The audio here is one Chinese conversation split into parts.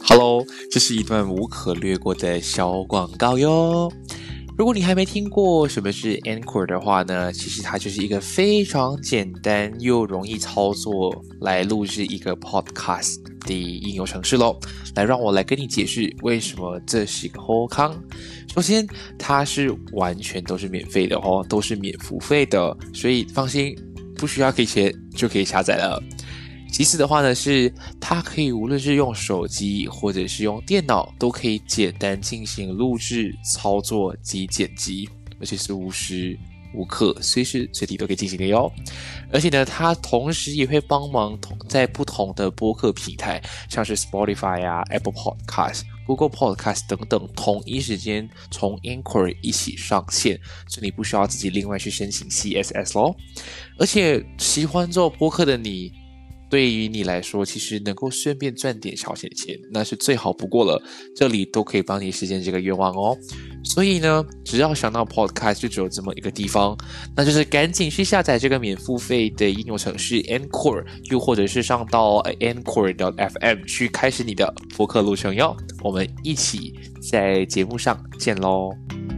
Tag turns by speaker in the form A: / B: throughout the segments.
A: Hello，这是一段无可略过的小广告哟。如果你还没听过什么是 Anchor 的话呢，其实它就是一个非常简单又容易操作来录制一个 podcast 的应用程式咯。来，让我来跟你解释为什么这是一个好康。首先，它是完全都是免费的哦，都是免付费的，所以放心，不需要给钱就可以下载了。其次的话呢，是它可以无论是用手机或者是用电脑，都可以简单进行录制、操作及剪辑，而且是无时无刻、随时随地都可以进行的哟。而且呢，它同时也会帮忙在不同的播客平台，像是 Spotify 啊、Apple Podcast、Google Podcast 等等，同一时间从 Anchor 一起上线，所以你不需要自己另外去申请 CSS 咯。而且喜欢做播客的你，对于你来说，其实能够顺便赚点小钱钱，那是最好不过了。这里都可以帮你实现这个愿望哦。所以呢，只要想到 Podcast 就只有这么一个地方，那就是赶紧去下载这个免付费的应用程式 Anchor， 又或者是上到 Anchor.fm 去开始你的播客路程哟。我们一起在节目上见咯。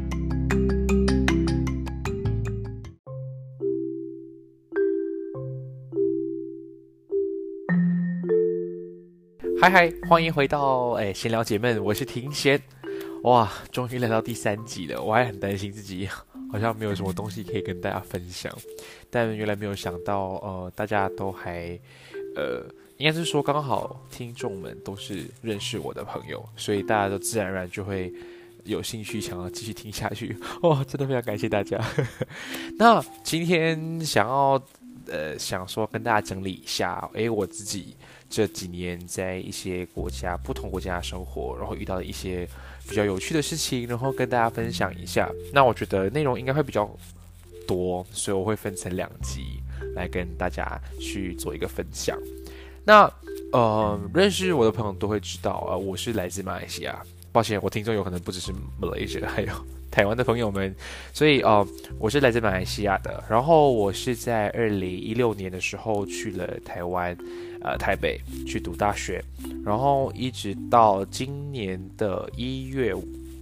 A: 嗨，欢迎回到闲聊姐妹，我是庭贤。哇，终于来到第3集了，我还很担心自己好像没有什么东西可以跟大家分享，但原来没有想到大家都还应该是说刚好听众们都是认识我的朋友，所以大家都自然而然就会有兴趣想要继续听下去。哇，真的非常感谢大家。那今天想说跟大家整理一下，我自己这几年在一些不同国家生活，然后遇到的一些比较有趣的事情，然后跟大家分享一下。那我觉得内容应该会比较多，所以我会分成2集来跟大家去做一个分享。那认识我的朋友都会知道，我是来自马来西亚。抱歉，我听众有可能不只是 Malaysia， 还有台湾的朋友们，所以我是来自马来西亚的。然后我是在2016年的时候去了台湾，台北去读大学，然后一直到今年的1月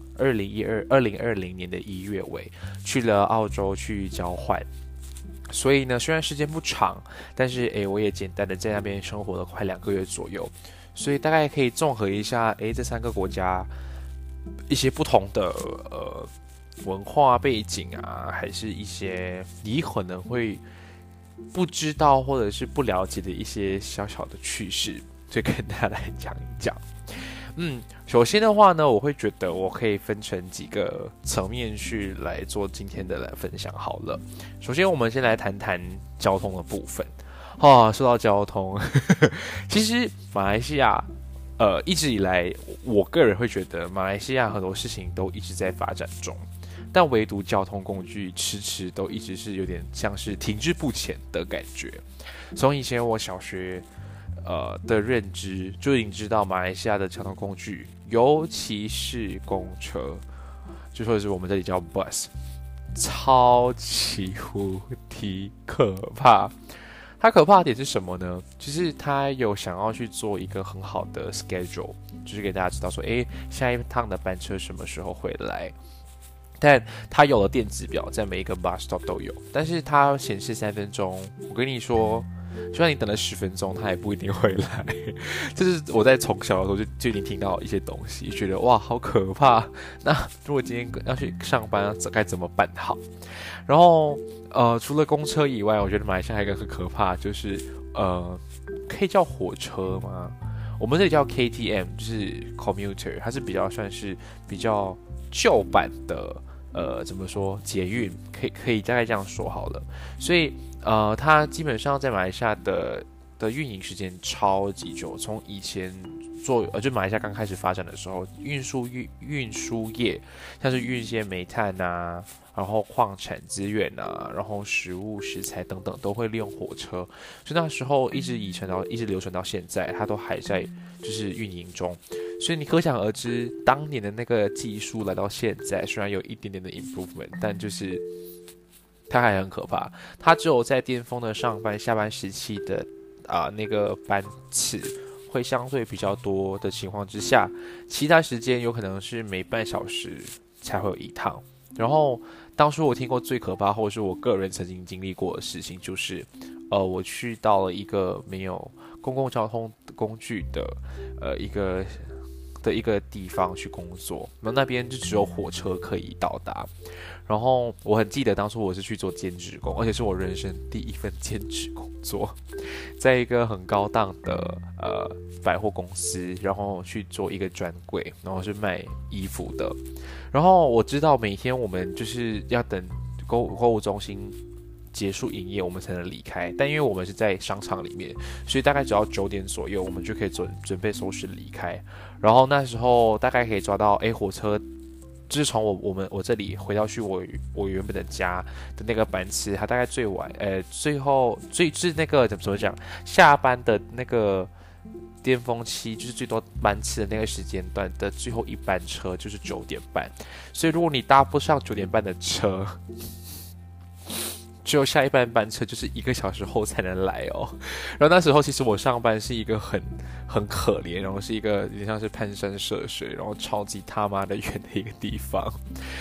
A: ，2020年的1月尾去了澳洲去交换。所以呢，虽然时间不长，但是我也简单的在那边生活了快2个月左右。所以大概可以综合一下，这3个国家一些不同的文化背景啊，还是一些你可能会不知道或者是不了解的一些小小的趣事，就跟大家来讲一讲。首先的话呢，我会觉得我可以分成几个层面去来做今天的来分享好了。首先，我们先来谈谈交通的部分。说到交通，其实马来西亚，一直以来，我个人会觉得马来西亚很多事情都一直在发展中，但唯独交通工具迟迟都一直是有点像是停滞不前的感觉。从以前我小学的认知就已经知道马来西亚的交通工具，尤其是公车，就说是我们这里叫 bus， 超级无敌可怕。它可怕的点是什么呢？就是它有想要去做一个很好的 schedule， 就是给大家知道说，下一趟的班车什么时候会来。但它有了电子表，在每一个 bus stop 都有，但是它显示3分钟。我跟你说，就算你等了10分钟，它也不一定会来。这是我在从小的时候就已经听到一些东西，觉得哇，好可怕。那如果今天要去上班，该怎么办好？然后除了公车以外，我觉得马来西亚还有一个很可怕，就是可以叫火车吗？我们这里叫 KTM， 就是 commuter， 它是比较算是比较旧版的怎么说捷运，可以大概这样说好了。所以它基本上在马来西亚的运营时间超级久，从以前就马来西亚刚开始发展的时候，运输业像是运一些煤炭啊，然后矿产资源啊，然后食材等等都会利用火车，所以那时候一直流传到现在，它都还在就是运营中。所以你可想而知，当年的那个技术来到现在，虽然有一点点的 improvement， 但就是它还很可怕。它只有在巅峰的上班下班时期的那个班次会相对比较多的情况之下，其他时间有可能是每半小时才会有一趟。然后当初我听过最可怕，或者是我个人曾经经历过的事情，就是我去到了一个没有公共交通工具的一个地方去工作，那边就只有火车可以到达。然后我很记得当初我是去做兼职工，而且是我人生第一份兼职工作，在一个很高档的百货公司，然后去做一个专柜，然后是卖衣服的。然后我知道每天我们就是要等购物中心结束营业，我们才能离开。但因为我们是在商场里面，所以大概只要9点左右，我们就可以准备收拾离开。然后那时候大概可以抓到，火车就是从我这里回到去我原本的家的那个班次，它大概最晚，就是那个怎么讲，下班的那个巅峰期，就是最多班次的那个时间段的最后一班车就是9点半。所以如果你搭不上9点半的车，只有下一班车就是1个小时后才能来哦。然后那时候其实我上班是一个很可怜，然后是一个有点像是攀山涉水，然后超级他妈的远的一个地方。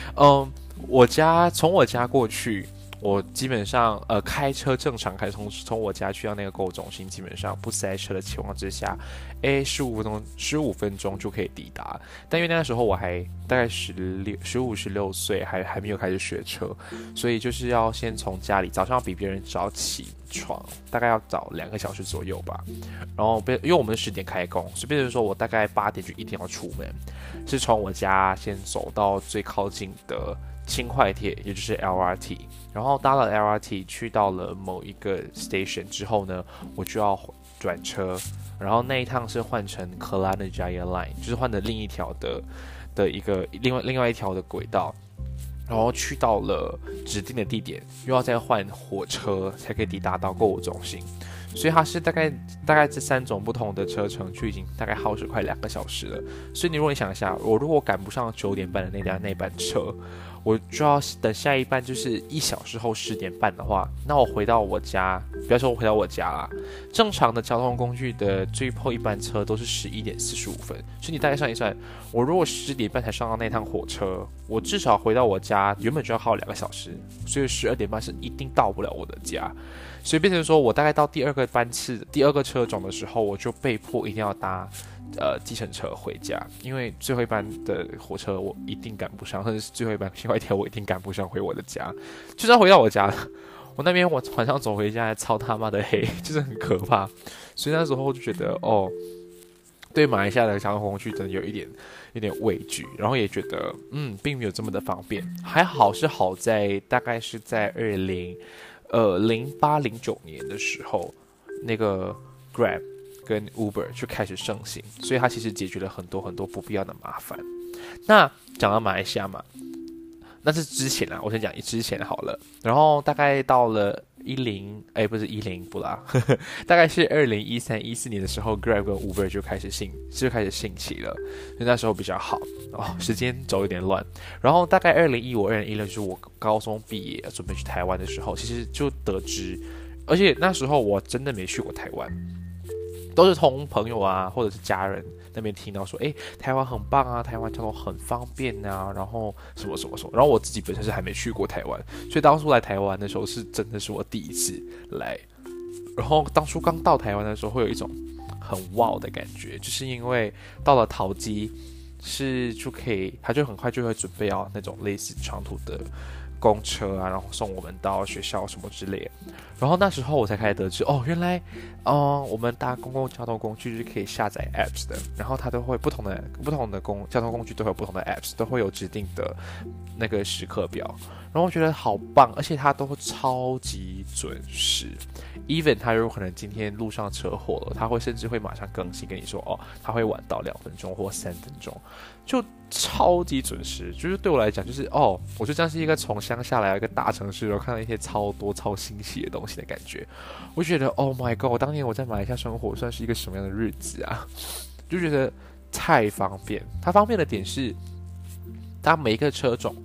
A: 从我家过去，我基本上开车正常开，从我家去到那个购物中心，基本上不塞车的情况之下，15分钟就可以抵达。但因为那个时候我还大概16岁，还没有开始学车，所以就是要先从家里早上比别人早起床，大概要早2个小时左右吧。然后因为我们10点开工，所以变成说我大概8点就一定要出门，是从我家先走到最靠近的轻快铁，也就是 LRT， 然后搭了 LRT 去到了某一个 station 之后呢，我就要转车，然后那一趟是换成 Kelana Jaya Line， 就是换的另一条的另外一条的轨道，然后去到了指定的地点，又要再换火车才可以抵达到购物中心。所以它是大概这3种不同的车程就已经大概耗时快2个小时了。所以如果你想一下，我如果赶不上9点半的那班车，我就要等下一班就是1小时后10点半的话，那我回到我家，不要说我回到我家啦，正常的交通工具的最后一班车都是11点45分，所以你大概算一算，我如果10点半才上到那趟火车，我至少回到我家原本就要耗2个小时，所以12点半是一定到不了我的家。所以变成说我大概到第二个车种的时候，我就被迫一定要搭计程车回家，因为最后一班的火车我一定赶不上，或者是最后一班另外一条我一定赶不上回我的家。就算回到我家了，我那边我晚上走回家还超他妈的黑，就是很可怕。所以那时候就觉得对马来西亚的交通工具真的有一点畏惧，然后也觉得并没有这么的方便。还好是好在大概是在08-09年的时候，那个 Grab 跟 Uber 就开始盛行，所以它其实解决了很多不必要的麻烦。那讲到马来西亚嘛，那是之前啦，我先讲之前好了。然后大概到了大概是2013-14年的时候 ，Grab 跟 Uber 就开始兴起了，所以那时候比较好时间轴有点乱。然后大概2015-2016就是我高中毕业准备去台湾的时候，其实就得知，而且那时候我真的没去过台湾，都是从朋友啊或者是家人那边听到说，台湾很棒啊，台湾交通很方便啊，然后什么，然后我自己本身是还没去过台湾，所以当初来台湾的时候是真的是我第一次来。然后当初刚到台湾的时候会有一种很wow的感觉，就是因为到了桃机他就很快就会准备那种类似长途的公车啊，然后送我们到学校什么之类的。然后那时候我才开始得知，原来我们搭公共交通工具是可以下载 apps 的，然后它都会不同的交通工具都会有不同的 apps， 都会有指定的那个时刻表。然后我觉得好棒，而且它都会超级准时。even 它有可能今天路上车祸了，它会甚至会马上更新跟你说，它会晚到2分钟或3分钟，就超级准时。就是对我来讲，就是我就像是一个从乡下来一个大城市，然后看到一些超多超新奇的东西的感觉。我觉得 Oh my God， 当年我在马来西亚生活算是一个什么样的日子啊？就觉得太方便。它方便的点是，它每一个车种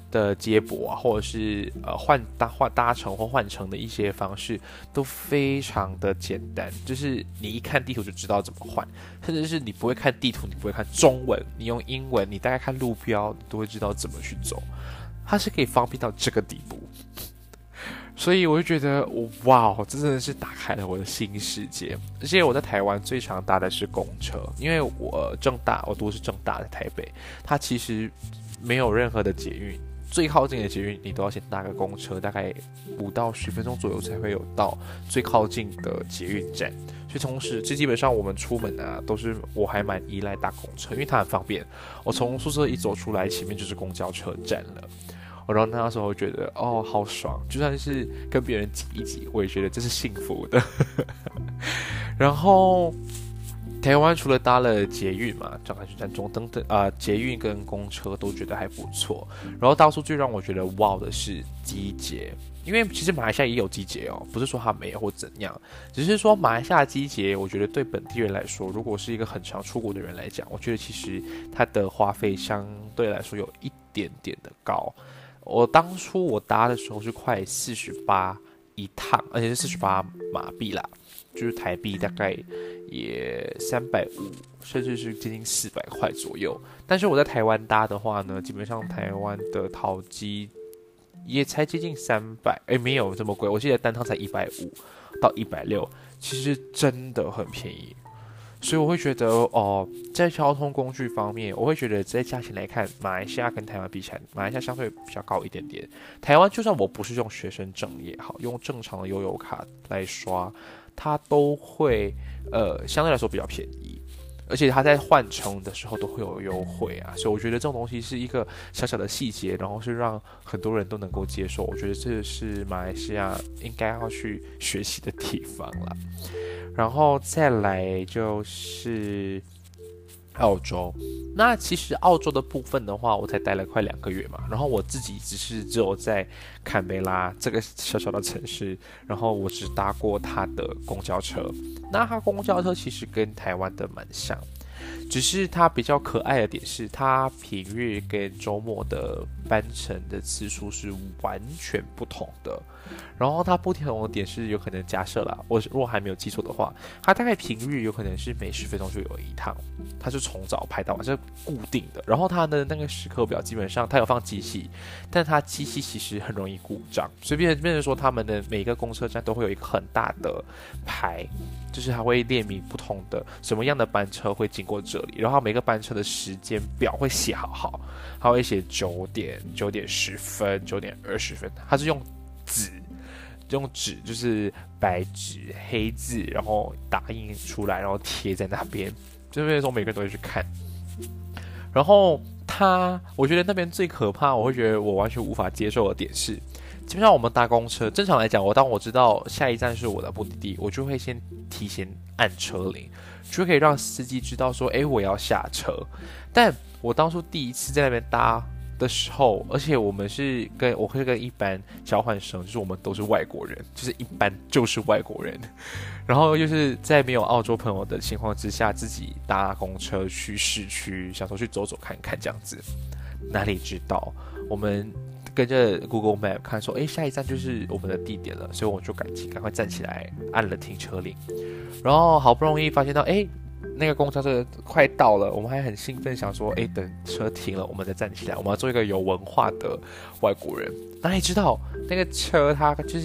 A: 的接驳啊，或者是搭乘或换乘的一些方式，都非常的简单，就是你一看地图就知道怎么换，甚至是你不会看地图，你不会看中文，你用英文，你大概看路标，你都会知道怎么去走，它是可以方便到这个地步。所以我就觉得，哇，这真的是打开了我的新世界。而且我在台湾最常搭的是公车，因为我读的是政大的台北，它其实没有任何的捷运，最靠近的捷运你都要先搭个公车，大概5到10分钟左右才会有到最靠近的捷运站。所以同时，基本上我们出门啊，我还蛮依赖搭公车，因为它很方便。我从宿舍一走出来，前面就是公交车站了。然后那时候觉得好爽，就算是跟别人挤一挤，我也觉得这是幸福的。然后台湾除了搭了捷运嘛，彰化站中等等捷运跟公车都觉得还不错。然后当初最让我觉得哇的是机捷，因为其实马来西亚也有机捷不是说它没有或怎样，只是说马来西亚机捷，我觉得对本地人来说，如果是一个很常出国的人来讲，我觉得其实它的花费相对来说有一点点的高。当初我搭的时候是快48一趟，而且是48马币啦，就是台币大概也350，甚至是接近400块左右。但是我在台湾搭的话呢，基本上台湾的桃机也才接近300，没有这么贵，我记得单趟才150到160，其实真的很便宜。所以我会觉得在交通工具方面，我会觉得在价钱来看，马来西亚跟台湾比起来，马来西亚相对比较高一点点。台湾就算我不是用学生证也好，用正常的悠游卡来刷，它都会相对来说比较便宜，而且它在换乘的时候都会有优惠啊。所以我觉得这种东西是一个小小的细节，然后是让很多人都能够接受。我觉得这是马来西亚应该要去学习的地方啦。然后再来就是澳洲，那其实澳洲的部分的话，我才待了快2个月嘛。然后我自己只有在坎培拉这个小小的城市，然后我只搭过它的公交车。那它公交车其实跟台湾的蛮像，只是它比较可爱的点是，它平日跟周末的班程的次数是完全不同的。然后它不同的点是，有可能假设啦，我如果还没有记错的话，它大概平日有可能是每10分钟就有一趟，它是从早排到晚，是固定的。然后它的那个时刻表基本上它有放机器，但它机器其实很容易故障，所以变成说他们的每一个公车站都会有一个很大的牌，就是它会列明不同的什么样的班车会经过这里，然后每个班车的时间表会写好，它会写9点、9点10分、9点20分，它是用纸就是白纸黑字，然后打印出来，然后贴在那边，就那时候每个人都会去看。然后我觉得那边最可怕，我会觉得我完全无法接受的点是，基本上我们搭公车，正常来讲，当我知道下一站是我的目的地，我就会先提前按车铃，就可以让司机知道说，我要下车。但我当初第一次在那边搭的时候，而且我会跟一般交换生，就是我们都是外国人，就是一般就是外国人，然后就是在没有澳洲朋友的情况之下，自己搭公车去市区，想说去走走看看这样子，哪里知道我们跟着 Google Map 看说，下一站就是我们的地点了，所以我就赶快站起来按了停车铃，然后好不容易发现到，那个公交车快到了，我们还很兴奋，想说，等车停了，我们再站起来，我们要做一个有文化的外国人。哪里知道那个车它就是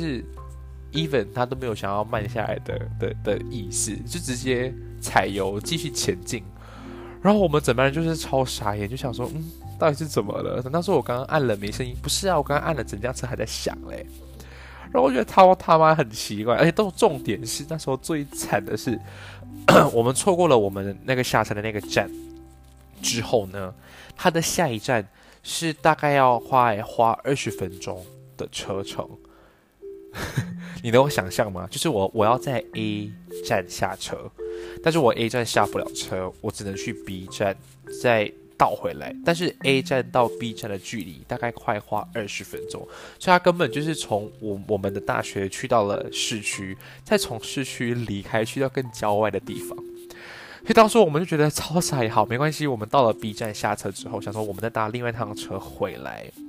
A: even 它都没有想要慢下来的意思，就直接踩油继续前进。然后我们整班人就是超傻眼，就想说，到底是怎么了？难道说我刚刚按了没声音？不是啊，我刚刚按了，整辆车还在响嘞。然后我觉得他妈很奇怪，而且重点是那时候最惨的是，我们错过了我们那个下车的那个站之后呢，它的下一站是大概要花20分钟的车程。你能够想象吗？就是我要在 A 站下车，但是我 A 站下不了车，我只能去 B 站再倒回来，但是 A 站到 B 站的距离大概快花20分钟，所以他根本就是从我们的大学去到了市区，再从市区离开去到更郊外的地方。所以当时我们就觉得超傻也好，没关系，我们到了 B 站下车之后，想说我们再搭另外一趟车回来。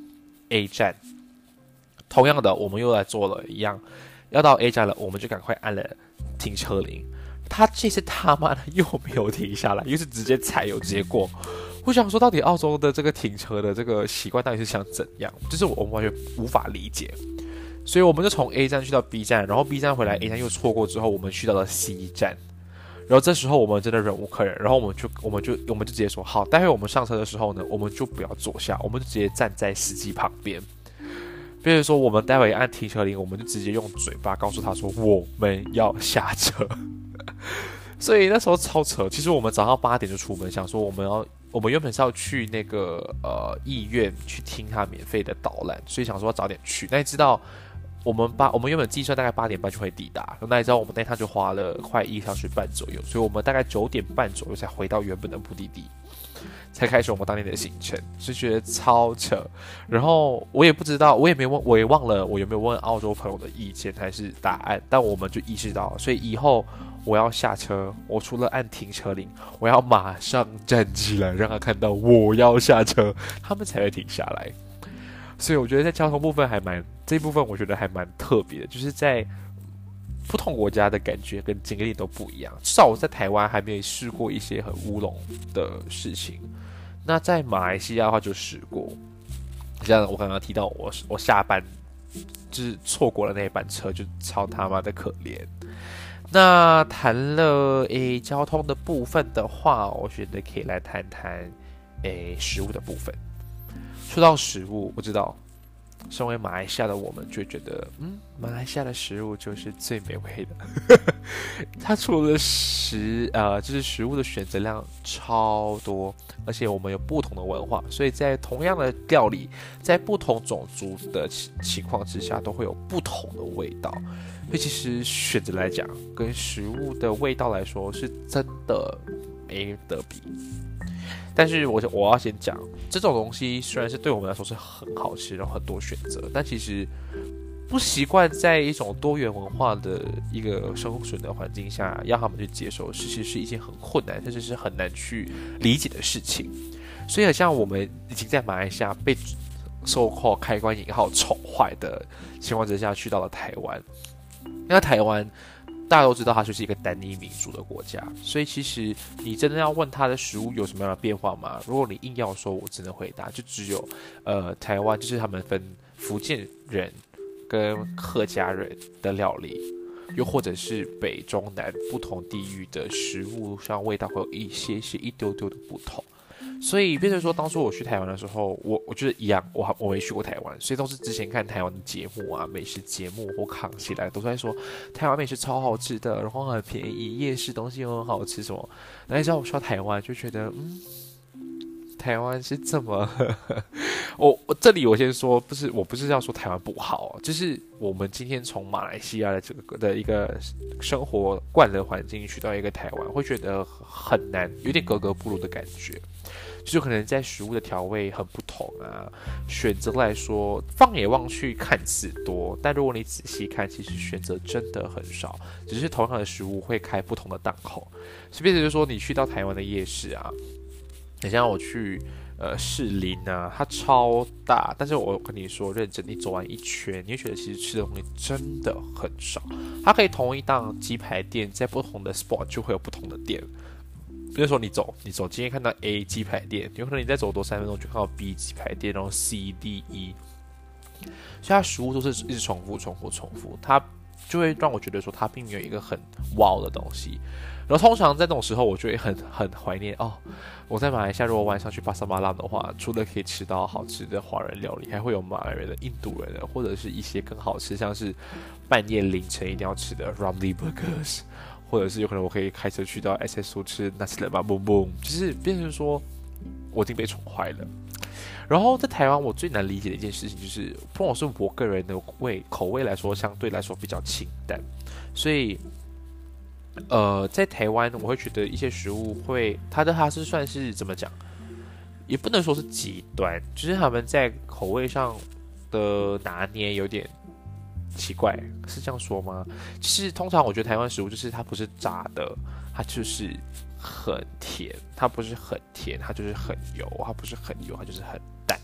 A: A 站，同样的，我们又来做了一样，要到 A 站了，我们就赶快按了停车铃。他这次他妈的又没有停下来，又是直接踩油直接过。我想说，到底澳洲的这个停车的这个习惯到底是想怎样？就是我们完全无法理解。所以我们就从 A 站去到 B 站，然后 B 站回来 A 站又错过之后，我们去到了 C 站。然后这时候我们真的忍无可忍，然后我们就直接说好，待会我们上车的时候呢，我们就不要坐下，我们就直接站在司机旁边。比如说我们待会按停车铃，我们就直接用嘴巴告诉他说我们要下车。所以那时候超扯。其实我们早上8点就出门，想说我们原本是要去那个医院去听他免费的导览，所以想说要早点去。那你知道我们原本计算大概8点半就会抵达，那你知道我们那趟就花了快1个小时半左右，所以我们大概9点半左右才回到原本的目的地，才开始我们当天的行程，就觉得超扯。然后我也不知道，我也忘了我有没有问澳洲朋友的意见还是答案，但我们就意识到，所以以后我要下车，我除了按停车铃，我要马上站起来，让他看到我要下车，他们才会停下来。所以我觉得在交通部分这一部分我觉得还蛮特别的，就是在不同国家的感觉跟经历都不一样。至少我在台湾还没有试过一些很乌龙的事情，那在马来西亚的话就试过。像我刚刚提到我下班就是错过了那一班车，就超他妈的可怜。那谈了交通的部分的话，我觉得可以来谈谈食物的部分。说到食物，我知道身为马来西亚的我们就会觉得，马来西亚的食物就是最美味的。它除了就是食物的选择量超多，而且我们有不同的文化，所以在同样的料理，在不同种族的情况之下，都会有不同的味道。所以其实选择来讲，跟食物的味道来说，是真的没得比。但是我要先讲，这种东西虽然是对我们来说是很好吃，然后很多选择，但其实不习惯在一种多元文化的一个生存的环境下，要他们去接受，其实是一件很困难，甚至是很难去理解的事情。所以，像我们已经在马来西亚被so-called开关引号宠坏的情况之下，去到了台湾。那台湾大家都知道，它就是一个单一民族的国家，所以其实你真的要问它的食物有什么样的变化吗？如果你硬要说，我只能回答，就只有台湾就是他们分福建人跟客家人的料理，又或者是北中南不同地域的食物上味道会有一丢丢的不同。所以变成说，当初我去台湾的时候，我觉得一样，我没去过台湾，所以都是之前看台湾的节目啊，美食节目或扛起来都在说台湾美食超好吃的，然后很便宜，夜市东西又很好吃什么。那你知道我去到台湾就觉得，台湾是这么我这里我先说，我不是要说台湾不好，就是我们今天从马来西亚的这个的一个生活惯的环境去到一个台湾，会觉得很难，有点格格不入的感觉。就是可能在食物的调味很不同啊，选择来说放眼望去看似多，但如果你仔细看，其实选择真的很少，只是同样的食物会开不同的档口。所以变成就是说，你去到台湾的夜市啊，你像我去士林啊，它超大，但是我跟你说，认真你走完一圈，你会觉得其实吃的东西真的很少。它可以同一档鸡排店，在不同的 spot 就会有不同的店。比如说你走，今天看到 A 鸡排店，有可能你再走多3分钟就看到 B 鸡排店，然后 C、D、E， 所以它食物都是一直重复，它就会让我觉得说它并没有一个很 wow 的东西。然后通常在这种时候，我就会很怀念哦，我在马来西亚如果晚上去巴沙马拉的话，除了可以吃到好吃的华人料理，还会有马来人的、印度人的，或者是一些更好吃，像是半夜凌晨一定要吃的 Ramly Burgers。或者是有可能我可以开车去到 SSU 吃 Nasi Lemak Boom Boom， 就是变成说我已经被宠坏了。然后在台湾我最难理解的一件事情就是，不管是我个人的口味来说，相对来说比较清淡，所以在台湾我会觉得一些食物会它是算是怎么讲，也不能说是极端，就是他们在口味上的拿捏有点奇怪，是这样说吗？其实通常我觉得台湾食物就是它不是炸的，它就是很甜；它不是很甜，它就是很油；它不是很油，它就是很淡。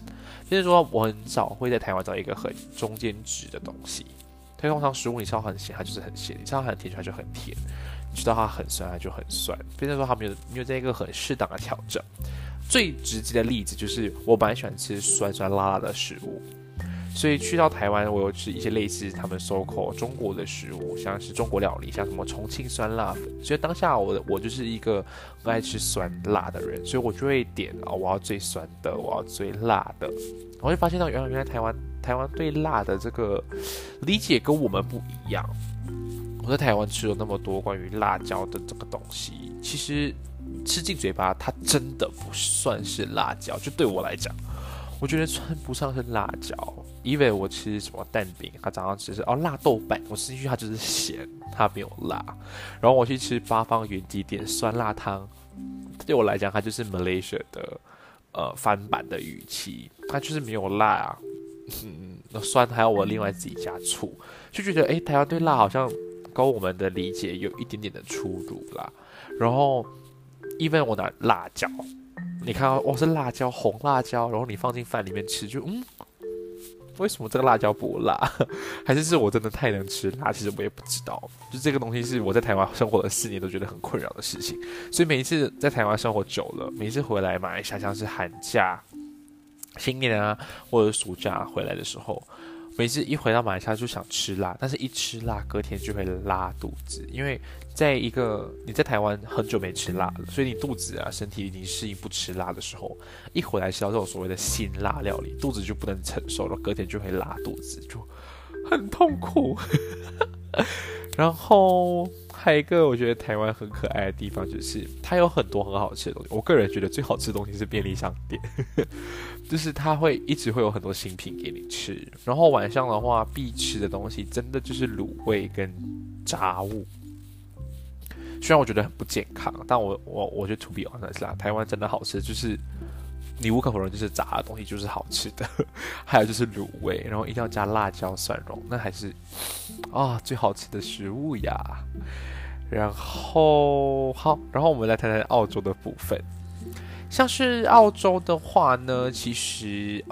A: 就是说我很少会在台湾找一个很中间值的东西。所以通常食物你吃到很咸，它就是很咸；你吃到很甜，它就很甜；你吃到它很酸，它就很酸。变成说它没有在一个很适当的调整。最直接的例子就是我本来喜欢吃酸酸辣辣的食物。所以去到台湾，我有吃一些类似他们收口中国的食物，像是中国料理，像什么重庆酸辣粉。所以当下我就是一个很爱吃酸辣的人，所以我就会点我要最酸的，我要最辣的。我会发现到原来台湾对辣的这个理解跟我们不一样。我在台湾吃了那么多关于辣椒的这个东西，其实吃进嘴巴，它真的不算是辣椒，就对我来讲。我觉得算不上是辣椒，因为我吃什么蛋饼，它早上吃是辣豆瓣，我吃进去它就是咸，它没有辣。然后我去吃八方云集点酸辣汤，对我来讲它就是 Malaysia 的翻版的语气，它就是没有辣啊，酸还要我另外自己加醋，就觉得台湾对辣好像跟我们的理解有一点点的出入啦。然后 even 我拿辣椒。你看是辣椒，红辣椒，然后你放进饭里面吃，就为什么这个辣椒不辣？还是我真的太能吃辣？其实我也不知道。就这个东西是我在台湾生活了4年都觉得很困扰的事情。所以每一次在台湾生活久了，每一次回来马来西亚，像是寒假、新年啊，或者暑假回来的时候，每次一回到马来西亚就想吃辣，但是一吃辣隔天就会拉肚子，因为你在台湾很久没吃辣了，所以你肚子身体已经适应不吃辣的时候，一回来吃到这种所谓的辛辣料理，肚子就不能承受了，隔天就会拉肚子，就很痛苦。然后还有一个我觉得台湾很可爱的地方，就是它有很多很好吃的东西。我个人觉得最好吃的东西是便利商店，就是它一直会有很多新品给你吃。然后晚上的话，必吃的东西真的就是卤味跟炸物。虽然我觉得很不健康，但我觉得 to be honest 啦，台湾真的好吃，就是你无可否认，就是炸的东西就是好吃的。还有就是卤味，然后一定要加辣椒蒜蓉，那还是最好吃的食物呀。然后我们来谈谈澳洲的部分。像是澳洲的话呢，其实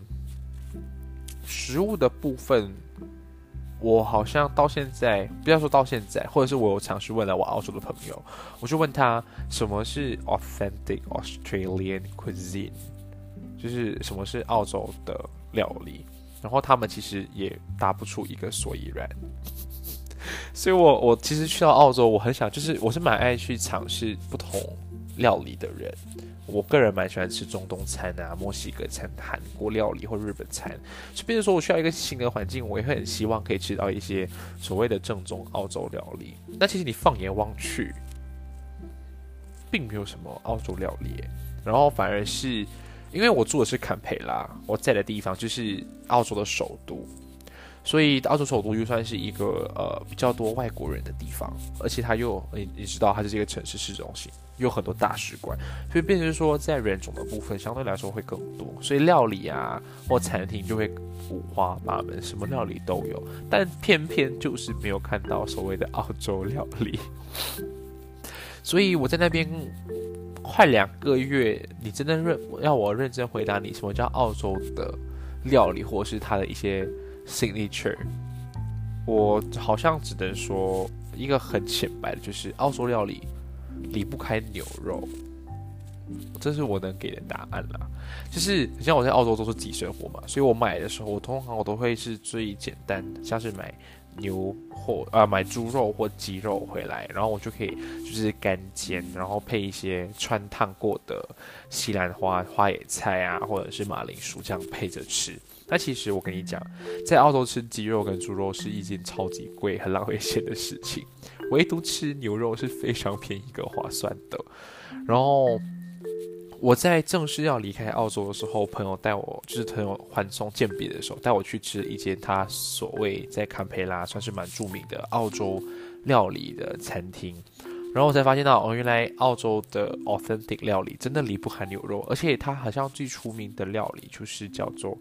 A: 食物的部分，我好像到现在，不要说到现在，或者是我有尝试问了我澳洲的朋友，我就问他什么是 authentic Australian cuisine， 就是什么是澳洲的料理，然后他们其实也答不出一个所以然。所以我其实去到澳洲，我很想，就是我是蛮爱去尝试不同料理的人。我个人蛮喜欢吃中东餐啊、墨西哥餐、韩国料理或日本餐，所以变成说我需要一个新的环境，我也会很希望可以吃到一些所谓的正宗澳洲料理。那其实你放眼望去，并没有什么澳洲料理耶，然后反而是因为我住的是坎培拉，我在的地方就是澳洲的首都。所以澳洲首都又算是一个比较多外国人的地方，而且它又你知道它就是一个城市市中心，有很多大使馆，所以变成说在人种的部分相对来说会更多，所以料理啊或餐厅就会五花八门，什么料理都有，但偏偏就是没有看到所谓的澳洲料理。所以我在那边快2个月，你真的要我认真回答你什么叫澳洲的料理，或是它的一些signature， 我好像只能说一个很浅白的，就是澳洲料理离不开牛肉，这是我能给的答案啦。就是像我在澳洲都是自己生活嘛，所以我买的时候，我通常都会是最简单的，像是买买猪肉或鸡肉回来，然后我就可以就是干煎，然后配一些穿烫过的西兰花、花椰菜啊，或者是马铃薯这样配着吃。那其实我跟你讲，在澳洲吃鸡肉跟猪肉是一件超级贵、很浪费钱的事情，唯独吃牛肉是非常便宜跟划算的。然后我在正式要离开澳洲的时候，朋友带我，就是朋友欢送鉴别的时候，带我去吃了一间他所谓在坎培拉算是蛮著名的澳洲料理的餐厅。然后我才发现到，原来澳洲的 authentic 料理真的离不开牛肉，而且它好像最出名的料理就是叫做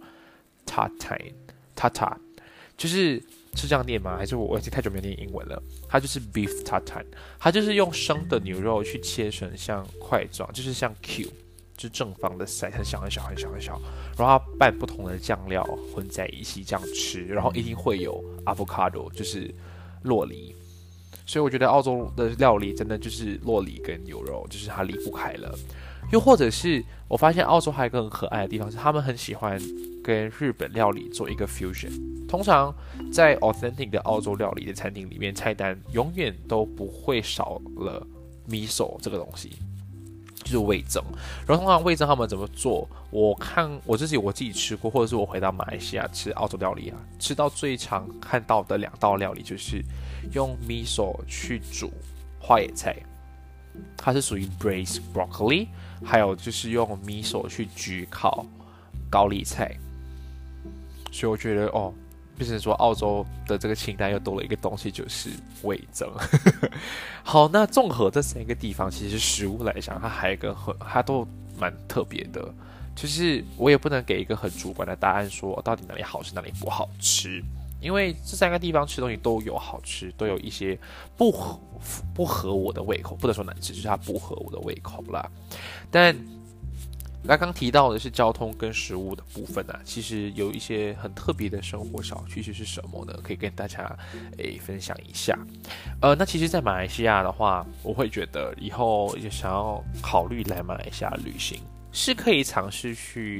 A: tartine， 就是这样念吗？还是我已经太久没有念英文了？它就是 beef tartine， 它就是用生的牛肉去切成像块状，就是像 cube， 就是正方的 size， 很小很小很小很小，然后它拌不同的酱料混在一起这样吃，然后一定会有 avocado， 就是酪梨。所以我觉得澳洲的料理真的就是酪梨跟牛肉，就是它离不开了。又或者是我发现澳洲还有一个很可爱的地方是，他们很喜欢跟日本料理做一个 fusion。通常在 authentic 的澳洲料理的餐厅里面，菜单永远都不会少了 miso 这个东西，就是味噌。然后通常味噌他们怎么做？我自己吃过，或者是我回到马来西亚吃澳洲料理啊，吃到最常看到的2道料理就是用 miso 去煮花椰菜，它是属于 braised broccoli， 还有就是用 miso 去焗烤高丽菜。所以我觉得变成说澳洲的这个清单又多了一个东西，就是味噌。好，那综合这3个地方，其实食物来讲，它还有一个它都蛮特别的，就是我也不能给一个很主观的答案说到底哪里好吃哪里不好吃，因为这3个地方吃东西都有好吃，都有一些不合我的胃口，不能说难吃，就是它不合我的胃口啦。但刚刚提到的是交通跟食物的部分啊，其实有一些很特别的生活小趣事是什么呢？可以跟大家分享一下。那其实，在马来西亚的话，我会觉得以后也想要考虑来马来西亚旅行，是可以尝试去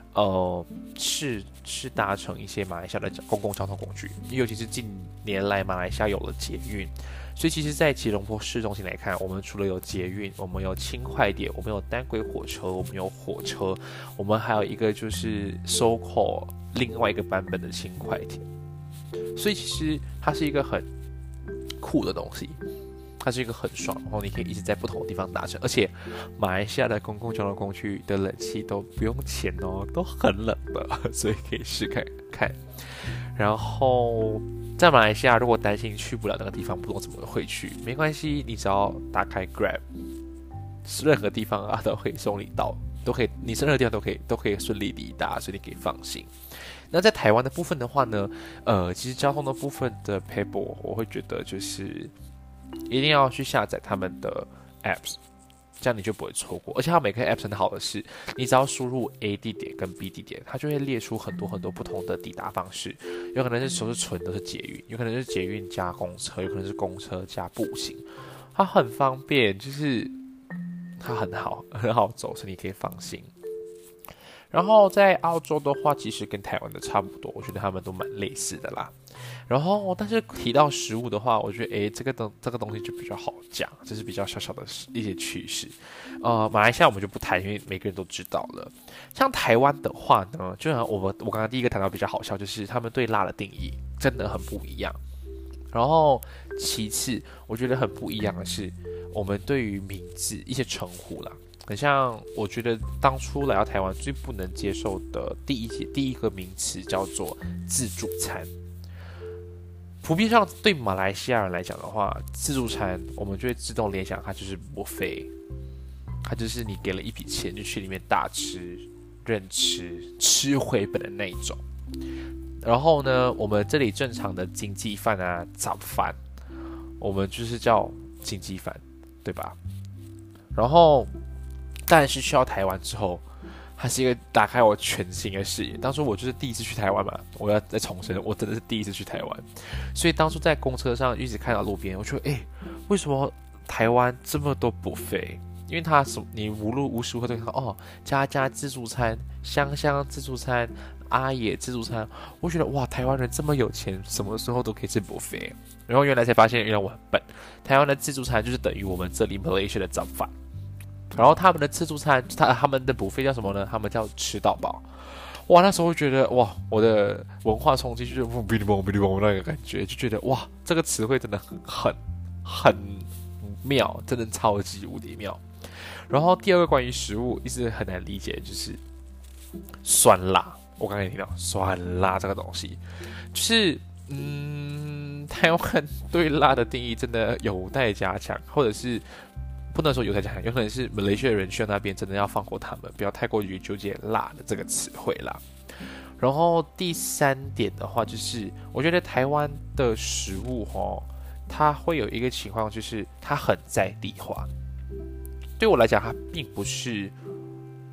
A: 是搭乘一些马来西亚的公共交通工具，尤其是近年来马来西亚有了捷运。所以其实在吉隆坡市中心来看，我们除了有捷运，我们有轻快点，我们有单轨火车，我们有火车，我们还有一个就是 so-called 另外一个版本的轻快铁。所以其实它是一个很酷的东西，它是一个很爽，然后你可以一直在不同的地方达成，而且马来西亚的公共交通工具的冷气都不用钱哦，都很冷的，所以可以试看看。然后在马来西亚，如果担心去不了那个地方，不懂怎么会去，没关系，你只要打开 Grab， 任何地方啊都可以送你到，都可以，你任何地方都可以顺利抵达，所以你可以放心。那在台湾的部分的话呢，其实交通的部分的 paper， 我会觉得就是一定要去下载他们的 apps。这样你就不会错过，而且它每个 app 很好的是，你只要输入 A 地点跟 B 地点，它就会列出很多很多不同的抵达方式。有可能是纯的是捷运，有可能是捷运加公车，有可能是公车加步行，它很方便，就是它很好走，所以你可以放心。然后在澳洲的话，其实跟台湾的差不多，我觉得他们都蛮类似的啦。然后，但是提到食物的话，我觉得这个东西就比较好讲，这是比较小小的一些趣事。马来西亚我们就不谈，因为每个人都知道了。像台湾的话呢，就像我刚刚第一个谈到比较好笑，就是他们对辣的定义真的很不一样。然后其次，我觉得很不一样的是，我们对于名字一些称呼啦。很像，我觉得当初来到台湾最不能接受的第一个名词叫做自助餐。普遍上对马来西亚人来讲的话，自助餐我们就会自动联想它就是 buffet， 它就是你给了一笔钱就去里面大吃、任吃、吃回本的那一种。然后呢，我们这里正常的经济饭啊、早饭，我们就是叫经济饭，对吧？然后但是去到台湾之后，它是一个打开我全新的视野。当初我就是第一次去台湾嘛，我要再重申，我真的是第一次去台湾，所以当初在公车上一直看到路边，我就为什么台湾这么多 buffet？ 因为它你无时无刻都看到家自助餐、香自助餐、阿野自助餐，我觉得哇，台湾人这么有钱，什么时候都可以吃 buffet。然后原来才发现，原来我很笨，台湾的自助餐就是等于我们这里 Malaysia 的早饭。然后他们的自助餐，他们的 buffet 叫什么呢？他们叫吃到饱。哇，那时候会觉得哇，我的文化冲击就是哔哩嘣那个感觉，就觉得哇，这个词汇真的很妙，真的超级无敌妙。然后第二个关于食物一直很难理解，就是酸辣。我刚才也提到酸辣这个东西，就是台湾对辣的定义真的有待加强，或者是不能说有待加强，有可能是马来西亚人去到那边真的要放过他们，不要太过于纠结辣的这个词汇啦。然后第三点的话，就是我觉得台湾的食物它会有一个情况，就是它很在地化。对我来讲，它并不是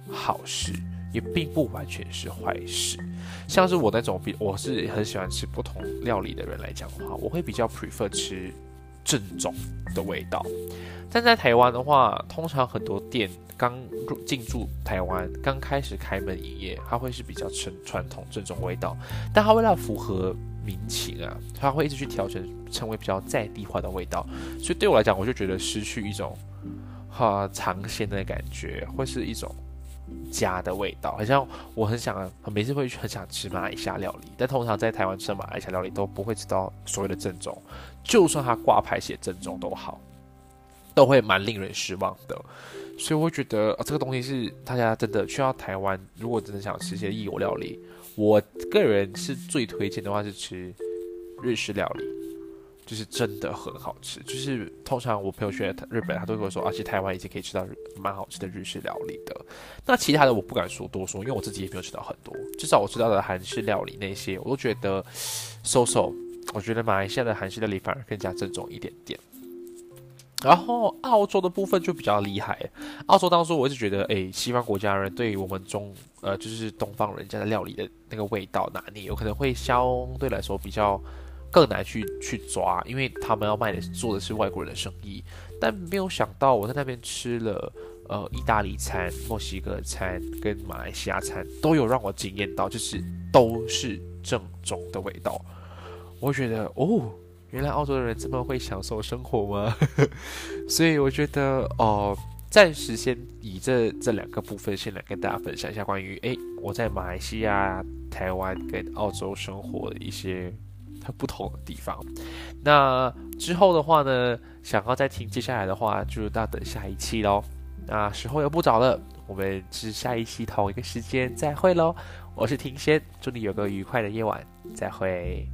A: 好事，也并不完全是坏事。像是我那种我是很喜欢吃不同料理的人来讲的话，我会比较 prefer 吃正宗的味道。但在台湾的话，通常很多店刚进驻台湾，刚开始开门营业，它会是比较传统正宗味道，但它为了符合民情啊，它会一直去调整，成为比较在地化的味道。所以对我来讲，我就觉得失去一种尝鲜的感觉，会是一种家的味道。好像我每次会很想吃马来西亚料理，但通常在台湾吃的马来西亚料理都不会吃到所谓的正宗，就算它挂牌写正宗都好，都会蛮令人失望的。所以我会觉得，这个东西是大家真的去到台湾，如果真的想吃一些异国料理，我个人是最推荐的话是吃日式料理，就是真的很好吃。就是通常我朋友去日本，他都会跟我说，其实台湾已经可以吃到蛮好吃的日式料理的。那其他的我不敢多说，因为我自己也没有吃到很多。至少我知道的韩式料理那些，我都觉得我觉得马来西亚的韩式料理反而更加正宗一点点。然后澳洲的部分就比较厉害。澳洲当初我一直觉得，西方国家人对于我们就是东方人家的料理的那个味道拿捏，有可能会相对来说比较更难去抓，因为他们要做的是外国人的生意。但没有想到我在那边吃了意大利餐、墨西哥餐跟马来西亚餐，都有让我惊艳到，就是都是正宗的味道。我会觉得原来澳洲的人这么会享受生活吗？所以我觉得暂时先以这两个部分先来跟大家分享一下关于我在马来西亚、台湾跟澳洲生活的一些很不同的地方。那之后的话呢，想要再听接下来的话，就要等下一期咯。那时候又不早了，我们是下一期同一个时间再会咯。我是庭仙，祝你有个愉快的夜晚，再会。